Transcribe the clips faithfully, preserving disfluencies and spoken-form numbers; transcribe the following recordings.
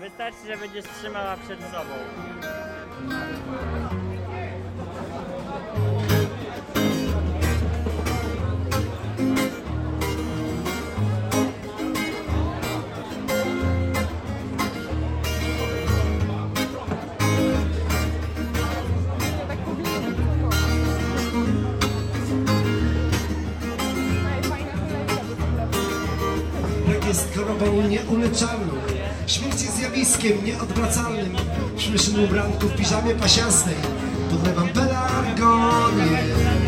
Wystarczy, że będziesz trzymała przed sobą. Jest chorobą nieuleczalną. Śmierć jest zjawiskiem nieodwracalnym. W śmiesznym ubranku w piżamie pasiastej podlewam pelargonię.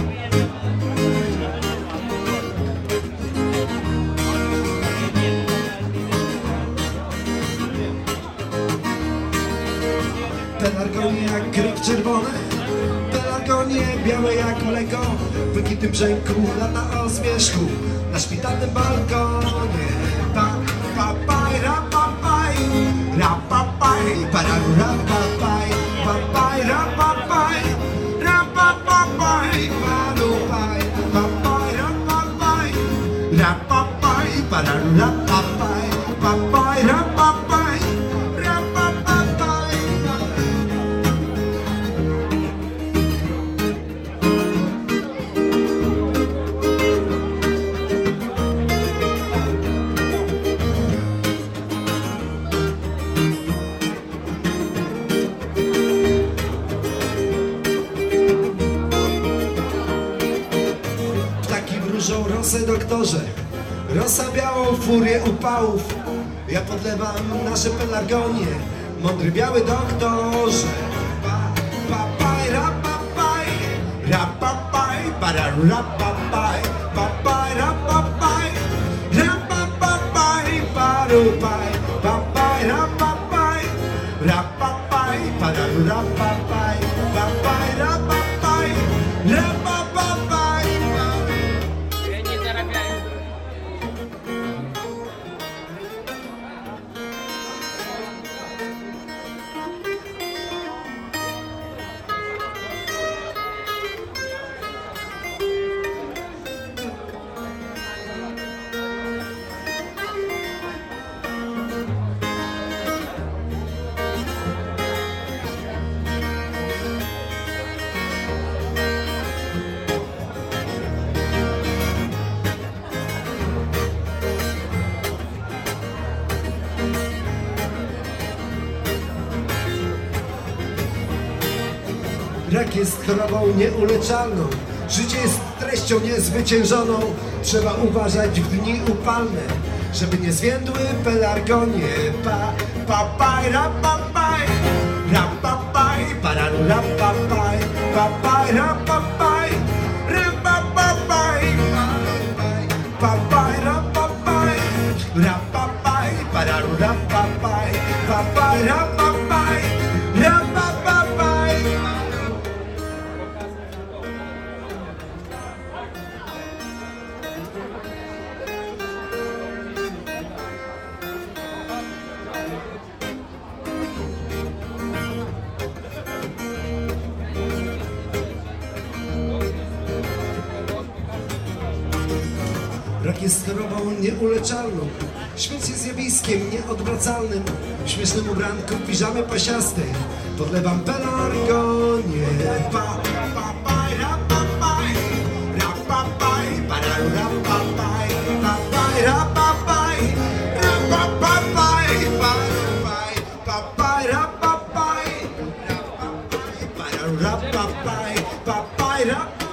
Pelargonie jak krew czerwone, pelargonie białe jak mleko. W błękitnym brzęku lata o zmierzchu na szpitalnym balkonie. Pa, pa, paj, ra, pa, paj, ra, pa, paj, para, ra, pa, paj, pa, paj, ra, pa, paj, ra, pa, pa, paj, paru, paj, pa, paj, ra, pa, paj, ra, pa, paj, para, ra, pa, paj, pa, paj, ra, pa, paj, ra, pa, pa, paj. Wróżą rosę doktorze, rosa białą furię upałów. Ja podlewam nasze pelargonie, mądry biały doktorze. Pa, pa, paj, ra, pa, paj, ra, pa, paj, para, ra, pa, paj, pa, paj, ra, pa, paj, ra, pa, pa, paj, paru, paj, pa, paj, ra, pa, paj, ra, pa, paj, para, ra, pa, paj, pa, paj, ra, pa, paj, ra, pa, pa, paj. Rak jest chorobą nieuleczalną. Życie jest treścią niezwyciężoną. Trzeba uważać w dni upalne, żeby nie zwiędły pelargonie. Pa, pa, paj, ra, pa, paj, ra, pa, paj, para, ra, pa, paj, pa, paj, ra, pa, paj, ra, pa, pa, paj, pa, paj, ra, pa, paj, ra, pa, paj, para, ra, pa, paj, pa, paj, ra, pa, paj, ra, pa, pa, paj. Rak jest chorobą nieuleczalną. Śmierć jest zjawiskiem nieodwracalnym. W śmiesznym ubranku w piżamie pasiastej podlewam pelargonię. Pa, pa, paj, ra, pa, paj, ra, pa, paj, para, ra, pa, paj, pa, paj, ra, pa, paj, ra, pa, pa, paj, paru, paj, pa, paj, ra, pa, paj, ra, pa, paj, para, ra, pa, paj, pa, paj, ra, pa, paj.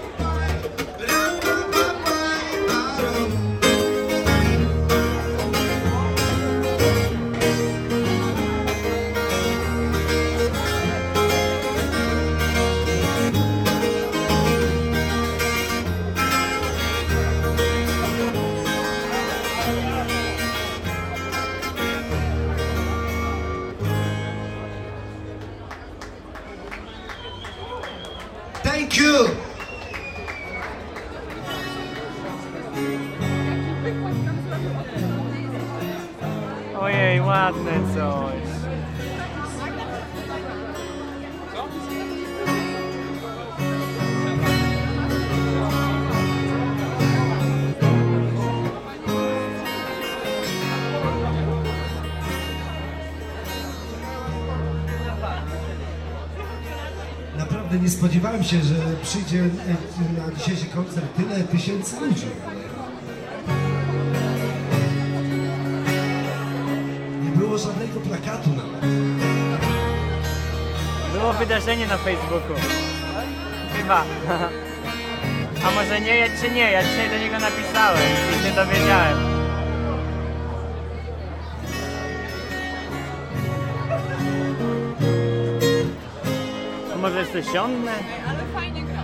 Thank you. Ojej, ładne coś. naprawdę nie spodziewałem się, że przyjdzie e, na dzisiejszy koncert tyle tysięcy ludzi. Nie było żadnego plakatu nawet. Było wydarzenie na Facebooku. Chyba. A może nie, czy nie? Ja dzisiaj do niego napisałem i się dowiedziałem. A może jeszcze siądnę? Ale fajnie gra.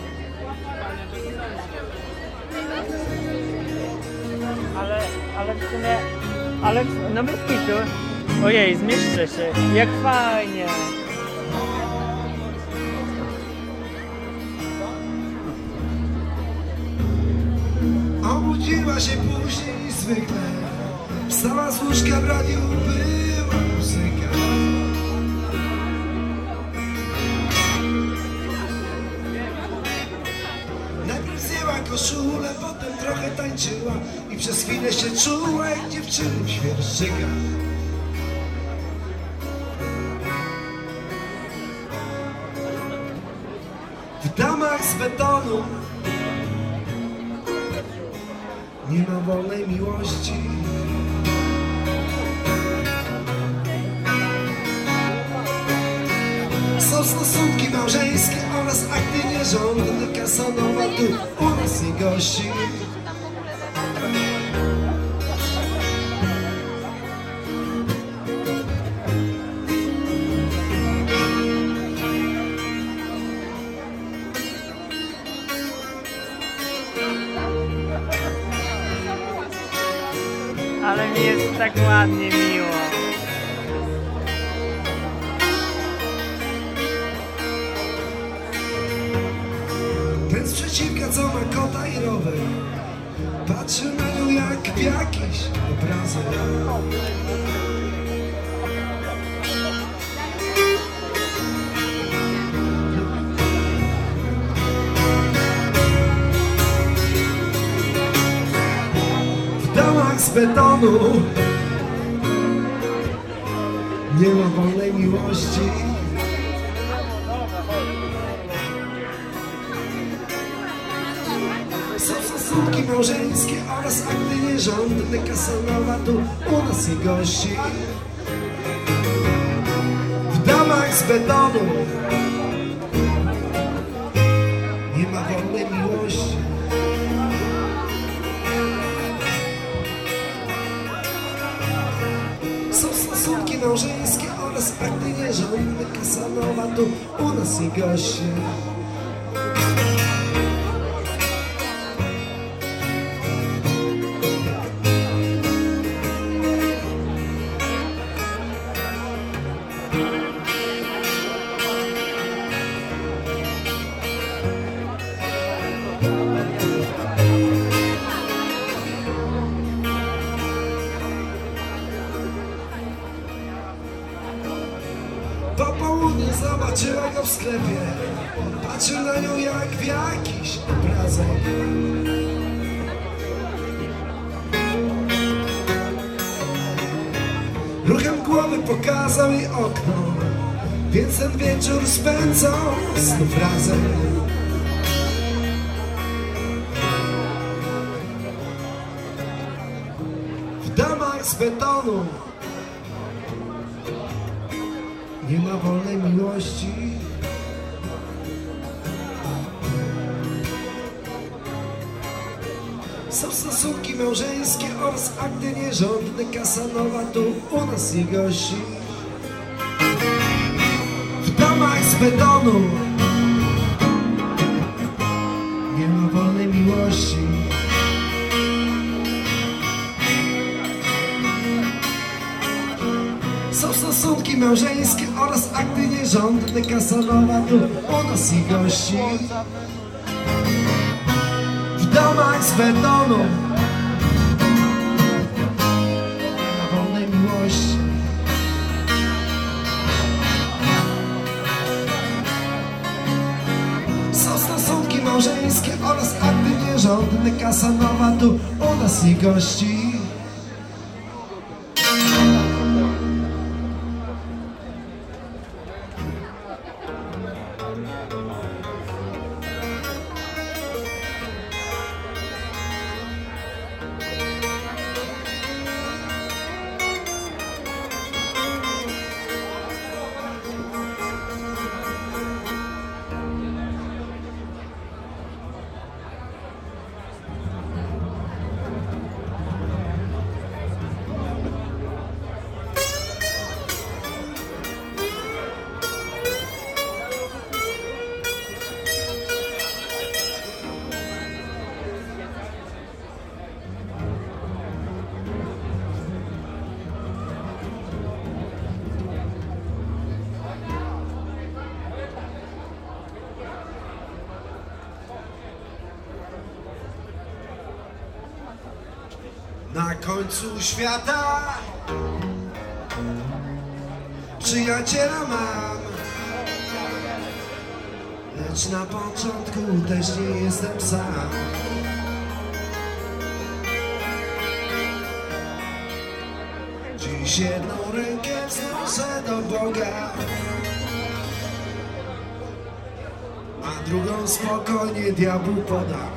Ale, ale w sumie, ale w- no bez kitu. Ojej, zmieszczę się. Jak fajnie. Obudziła się później niż zwykle. Wstała z łóżka, w radiu była muzyka. Najpierw zdjęła koszulę, potem trochę tańczyła i przez chwilę się czuła jak dziewczyny w świerszczykach. W damach z betonu nie ma wolnej miłości. Są stosunki małżeńskie oraz akty nierządne. Kasanowa tu u nas nie gości. Ale mi jest tak ładnie miło. Ten z przeciwka, co ma kota i rower, patrzy na nią jak w jakiś obrazek. W domach z betonu nie ma wolnej miłości. Są stosunki małżeńskie oraz akty nierządne. Kasanowa tu u nas nie gości. W domach z betonu nie ma wolnej miłości. Są stosunki małżeńskie oraz akty nierządne. Kasanowa tu u nas nie gości. Po południu zobaczyła go w sklepie. Patrzył na nią jak w jakiś obrazek. Ruchem głowy pokazał jej okno, więc ten wieczór spędzą znów razem. W domach z betonu nie ma wolnej miłości. Są stosunki małżeńskie oraz akty nierządne. Kasanowa tu u nas nie gości. W domach z betonu nie ma wolnej miłości. Są stosunki małżeńskie oraz akty nierządne. Kasanowa tu u nas nie gości. W domach z betonu nie ma wolnej miłości. Są stosunki małżeńskie oraz akty nierządne. Kasanowa tu u nas nie gości. końcu świata przyjaciela mam, lecz na początku też nie jestem sam. Dziś jedną rękę wznoszę do Boga, a drugą spokojnie diabłu podam.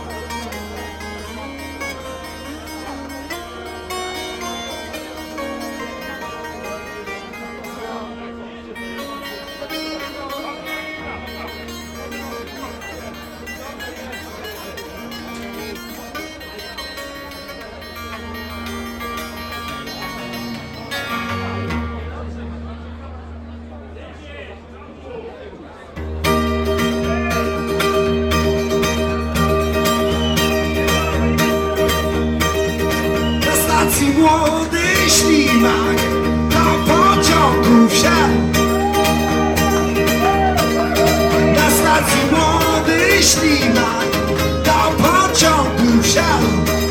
Młody ślimak do pociągu wsiadł. Na stacji młody ślimak do pociągu wsiadł.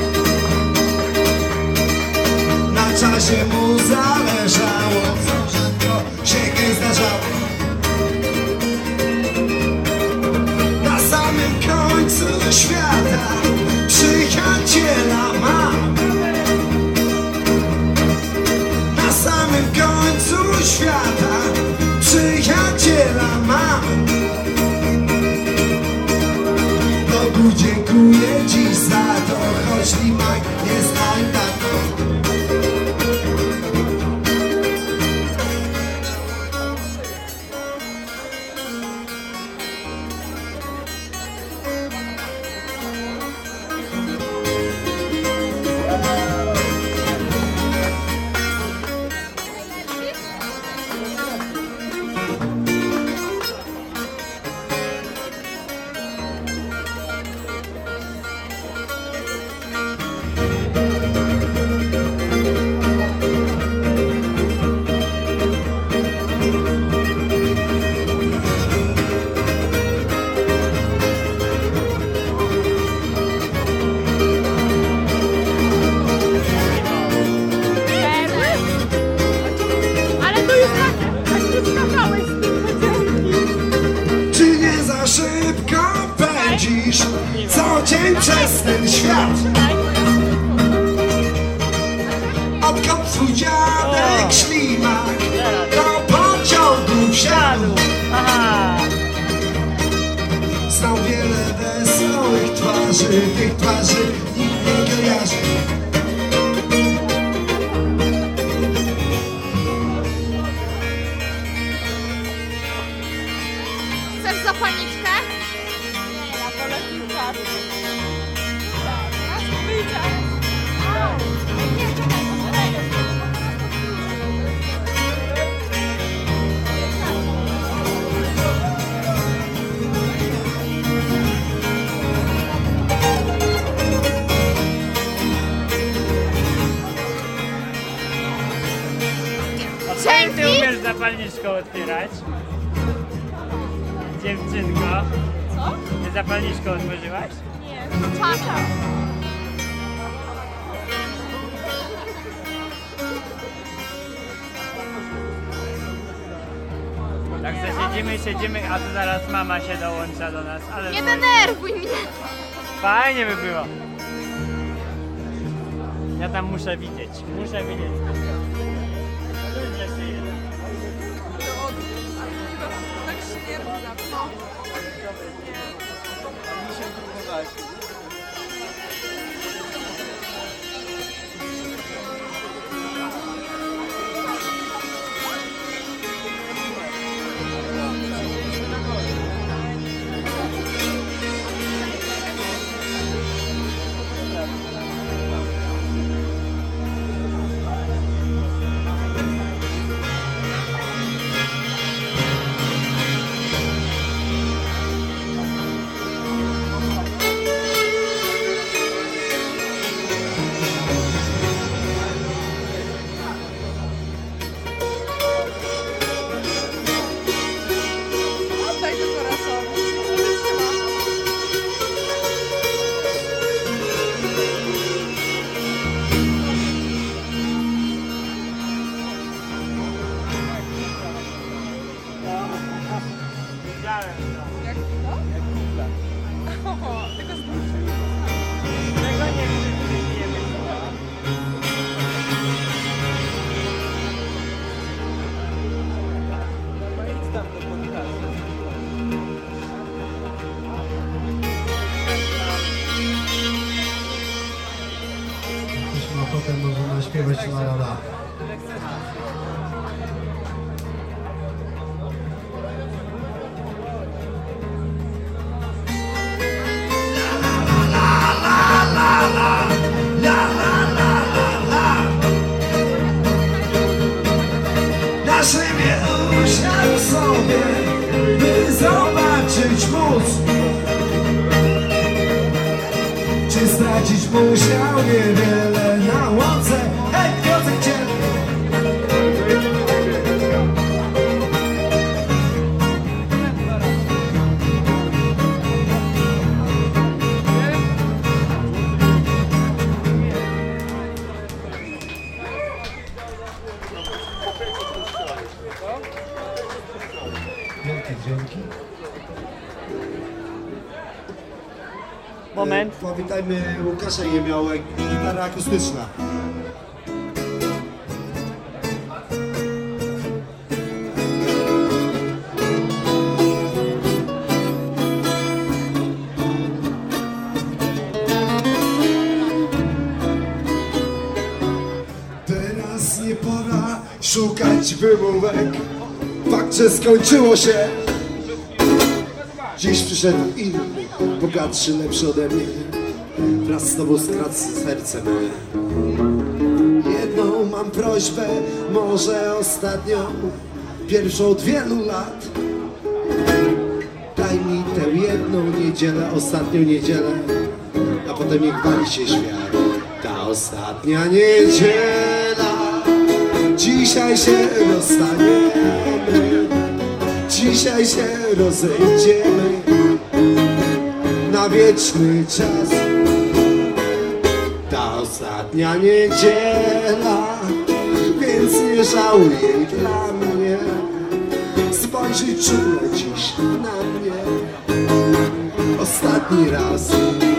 Na czasie mu zależało, co rzadko się nie zdarzało. Na samym końcu świata przyjaciela mam. Na samym końcu świata przyjaciela mam. Bogu dziękuję dziś za to, choć ślimak nie znam tato. Co dzień przez ten świat. Odkąd twój dziadek ślimak do pociągu wsiadł, znał wiele wesołych twarzy, tych twarzy nikt nie kojarzy. Chcesz zapalniczkę? Nie, ja wolę piłkę. Teraz wyjdzie. Nie, czekaj, Dzięki! Ty umiesz zapalniczką otwierać? Dziewczynko. co? Ty zapalniczką otworzyłaś? Nie, czarna. Także siedzimy, siedzimy, a tu zaraz mama się dołącza do nas, ale... Nie denerwuj mnie. Fajnie by było. Ja tam muszę widzieć, muszę widzieć. Tu jeszcze jeden. Tak śmierdzę, no. Na szybie usiadł sobie, by zobaczyć móc, czy stracić musiał niewiele na łące. Hej, Piotrek cię! Wielkie dzięki. Moment. E, Powitajmy Łukasza Jemiołek, gitara akustyczna. Teraz nie pora szukać wymówek. Fakt, że skończyło się. Dziś przyszedł inny, bogatszy, lepszy ode mnie. Wraz z tobą skradł serce moje. Jedną mam prośbę, może ostatnią, pierwszą od wielu lat. Daj mi tę jedną niedzielę, ostatnią niedzielę, a potem niech wali się świat. Ta ostatnia niedziela, dzisiaj się rozstaniemy, dzisiaj się rozejdziemy na wieczny czas. Ta ostatnia niedziela, więc nie żałuj jej dla mnie. Spojrzyj czule dziś na mnie ostatni raz.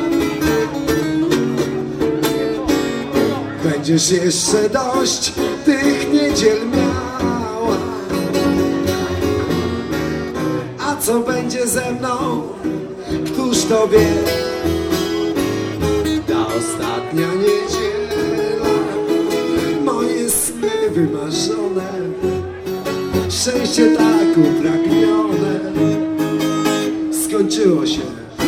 Będziesz jeszcze dość tych niedziel miała. A co będzie ze mną, któż to wie? Ta ostatnia niedziela, moje sny wymarzone, szczęście tak upragnione, skończyło się.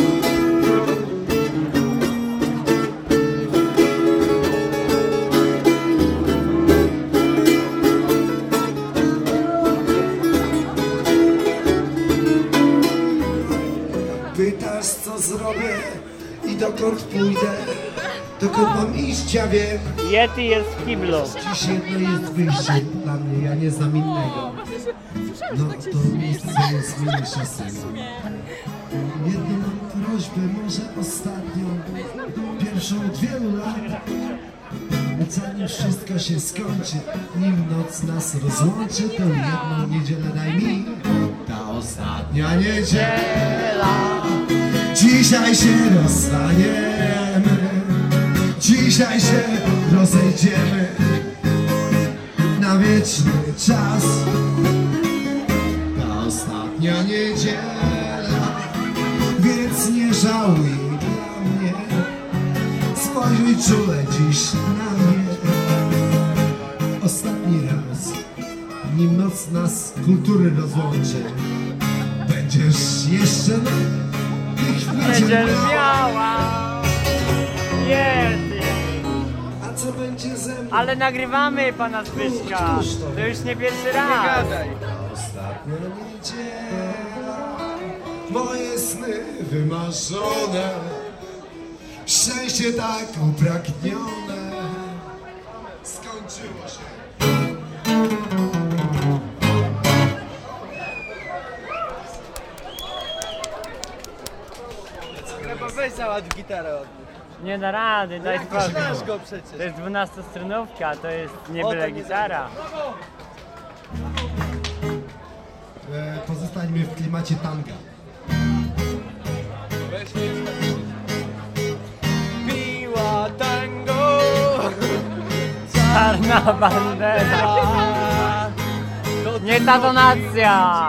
Pytasz, co zrobię i dokąd pójdę, dokąd mam iść, ja wiem. Yeti jest w kiblu. Dziś jedno jest wyjście dla mnie, ja nie znam innego. No to miejsce jest mniejsze z tego. Jedną mam prośbę, może ostatnią, pierwszą od wielu lat. Zanim wszystko się skończy, nim noc nas rozłączy, to jedną niedzielę daj mi. Ta ostatnia niedziela, dzisiaj się rozstaniemy, dzisiaj się rozejdziemy na wieczny czas. Ta ostatnia niedziela, więc nie żałuj dla mnie. Spojrzyj czule dziś na mnie ostatni raz, nim noc nas kultury rozłączy. Będziesz jeszcze na tych Niedziel niedziel miała. miała. Yeti. A co będzie ze mną? Ale nagrywamy pana Zbyszka. To już nie pierwszy raz. Ostatnia niedziela, moje sny wymarzone, szczęście tak upragnione, skończyło się. Chyba weź załatw gitarę od nich. Nie da rady, daj spokój. Znasz go przecież. To jest dwunastostronówka, to jest nie O, to byle nie gitara. E, pozostańmy w klimacie tanga. Piła tango, Czarna bandera. Nie ta donacja.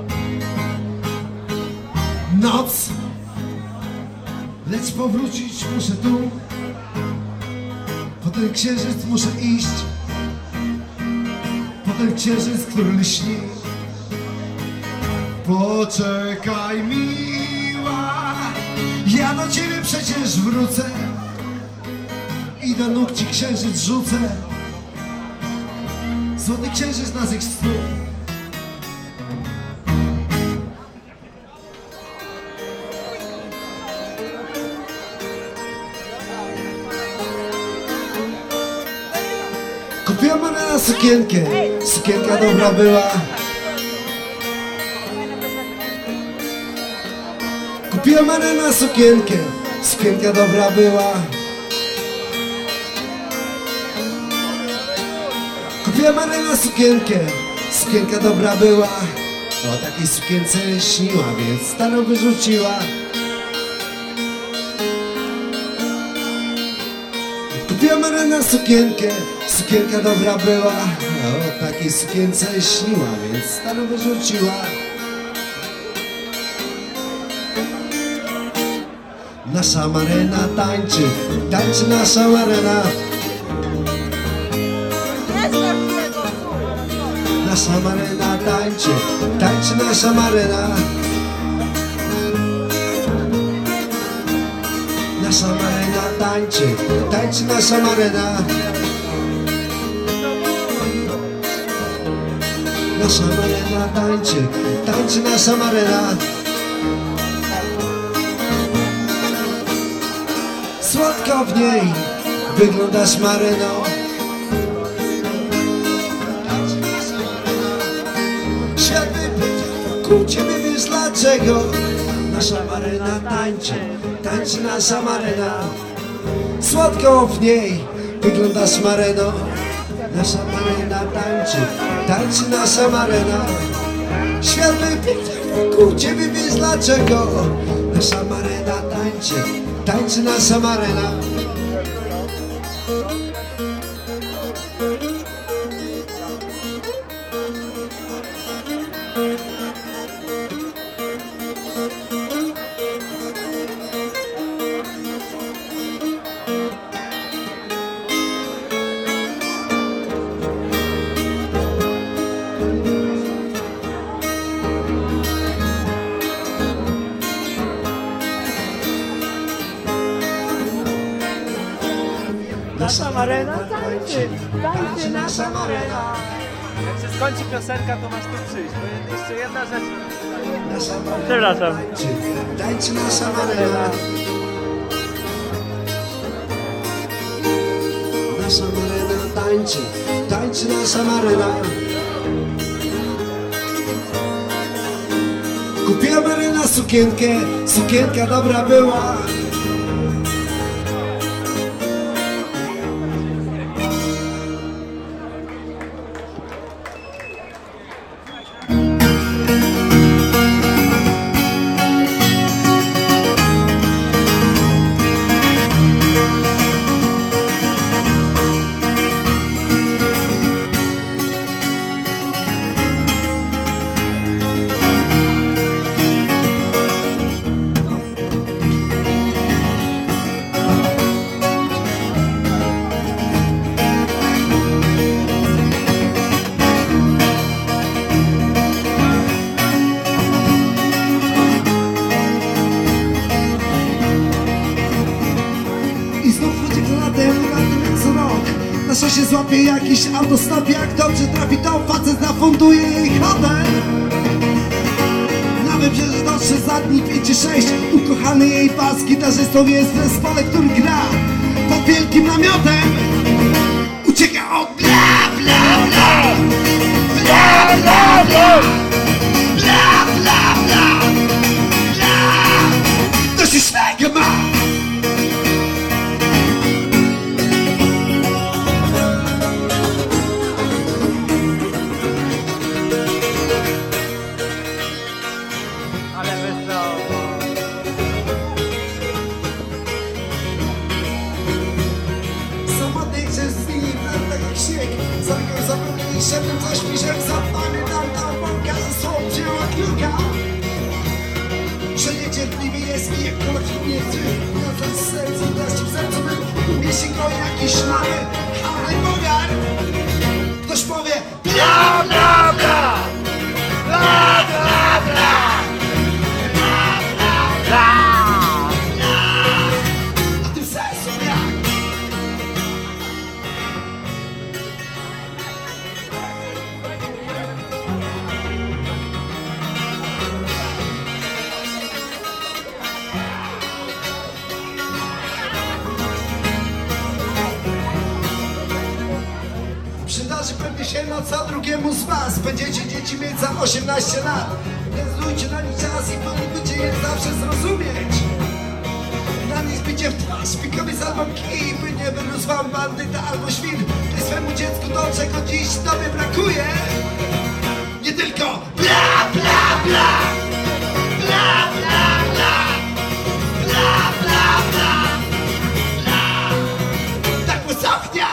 Noc, lecz powrócić muszę tu. Po ten księżyc muszę iść. Po potem księżyc, który lśni. Poczekaj, miła, ja do ciebie przecież wrócę i do nóg ci księżyc rzucę. Złoty księżyc nas ich stu. Kupiła Maryna sukienkę, sukienka dobra była. Kupiła Maryna sukienkę, sukienka dobra była. Kupiła Maryna sukienkę, sukienka dobra była. O takiej sukience śniła, więc starą wyrzuciła. Kupiła Maryna sukienkę, sukienka dobra była. O takiej sukience śniła, więc starą wyrzuciła. Nasza Maryna tańczy, tańczy nasza Maryna. Nasza Maryna tańczy, tańczy nasza Maryna. Nasza Maryna tańczy, tańczy nasza Maryna. Nasza Maryna tańczy, tańczy nasza Maryna. Słodko w niej wyglądasz, Maryno. Świat wypyta wokół ciebie, wiesz dlaczego. Nasza Maryna tańczy, tańczy nasza Maryna. Słodko w niej wyglądasz, Maryno. Nasza Maryna tańczy, tańczy nasza Maryna. Świat wypyta wokół ciebie, wiesz dlaczego. Nasza Maryna tańczy, tańczy nasza Maryna. Nasza Maryna tańczy, tańczy nasza Maryna. Jak się skończy piosenka, to masz tu przyjść, bo jeszcze jedna rzecz. Nasza Maryna Przepraszam. tańczy, tańczy nasza Maryna. Nasza Maryna tańczy, tańczy nasza Maryna. Kupiła Maryna sukienkę, sukienka dobra była. Nasza się złapie jakiś autostop, jak dobrze trafi to facet zafunduje jej hotel. Na wybrzeże dotrze za dni pięć czy sześć. Ukochany jej bas gitarzystą jest w zespole, który gra pod wielkim namiotem. Ucieka od bla bla bla bla bla bla bla bla bla bla. To się swego ma. Zagrał zapomnieli szedłem za śmiszek, zapamiętam tam bąka ze sobą wzięła kluka. Że niecierpliwy jest i jak kolor nie chce. Ja z sercem, dać w sercu był, jeśli go jakiś mamy, ale bogar. ktoś powie bla bla bla, bla bla bla, a tym sensu jak? Przydarzy pewnie się no co drugiemu z was. Będziecie dzieci mieć za osiemnaście lat. Nie zlujcie na nich czas i powinniście je zawsze zrozumieć. Na nich zbicie w twarz, pikowi z albo kij, by nie wyrósł wam bandyta albo świn. Ty swemu dziecku to, czego dziś tobie brakuje. Nie tylko bla bla bla, bla bla bla, bla bla bla, bla. Tak wysoknie.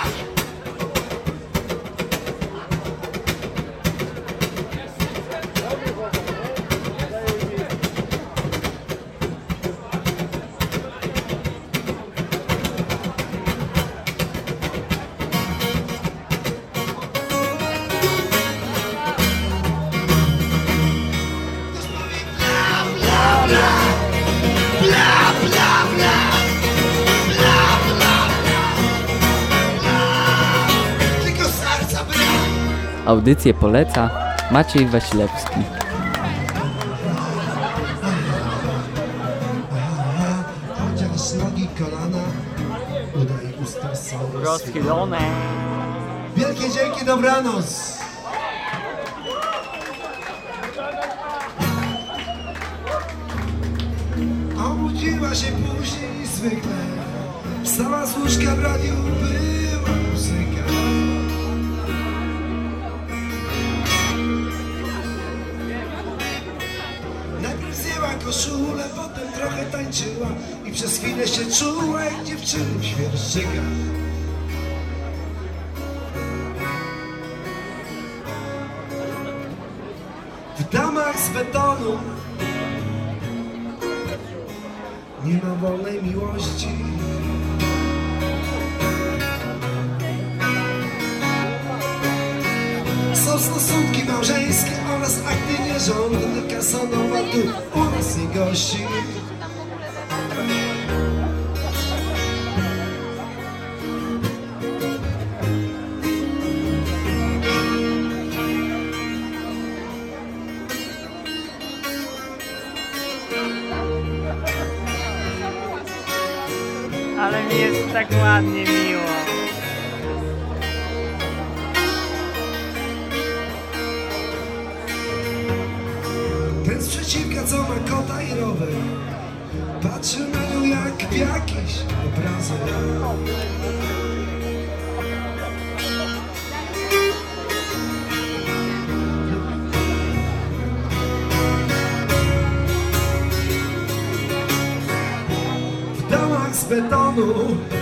Audycję poleca Maciej Wasilewski. Chociaż nogi, kolana, uda i usta są Rozchylone. Wielkie dzięki, dobranoc. Obudziła się później niż zwykle. Wstała z łóżka, w radiu była muzyka. Najpierw zdjęła koszulę, potem trochę tańczyła i przez chwilę się czuła jak dziewczyny w świerszczykach. W damach z betonu nie ma wolnej miłości. Są stosunki małżeńskie oraz akty nierządne. Kasanowa tu u nas nie gości. Ale mi jest tak ładnie miło. Ten z przeciwka, co ma kota i rower, patrzy na nią jak w jakiś obrazek. W domach z betonu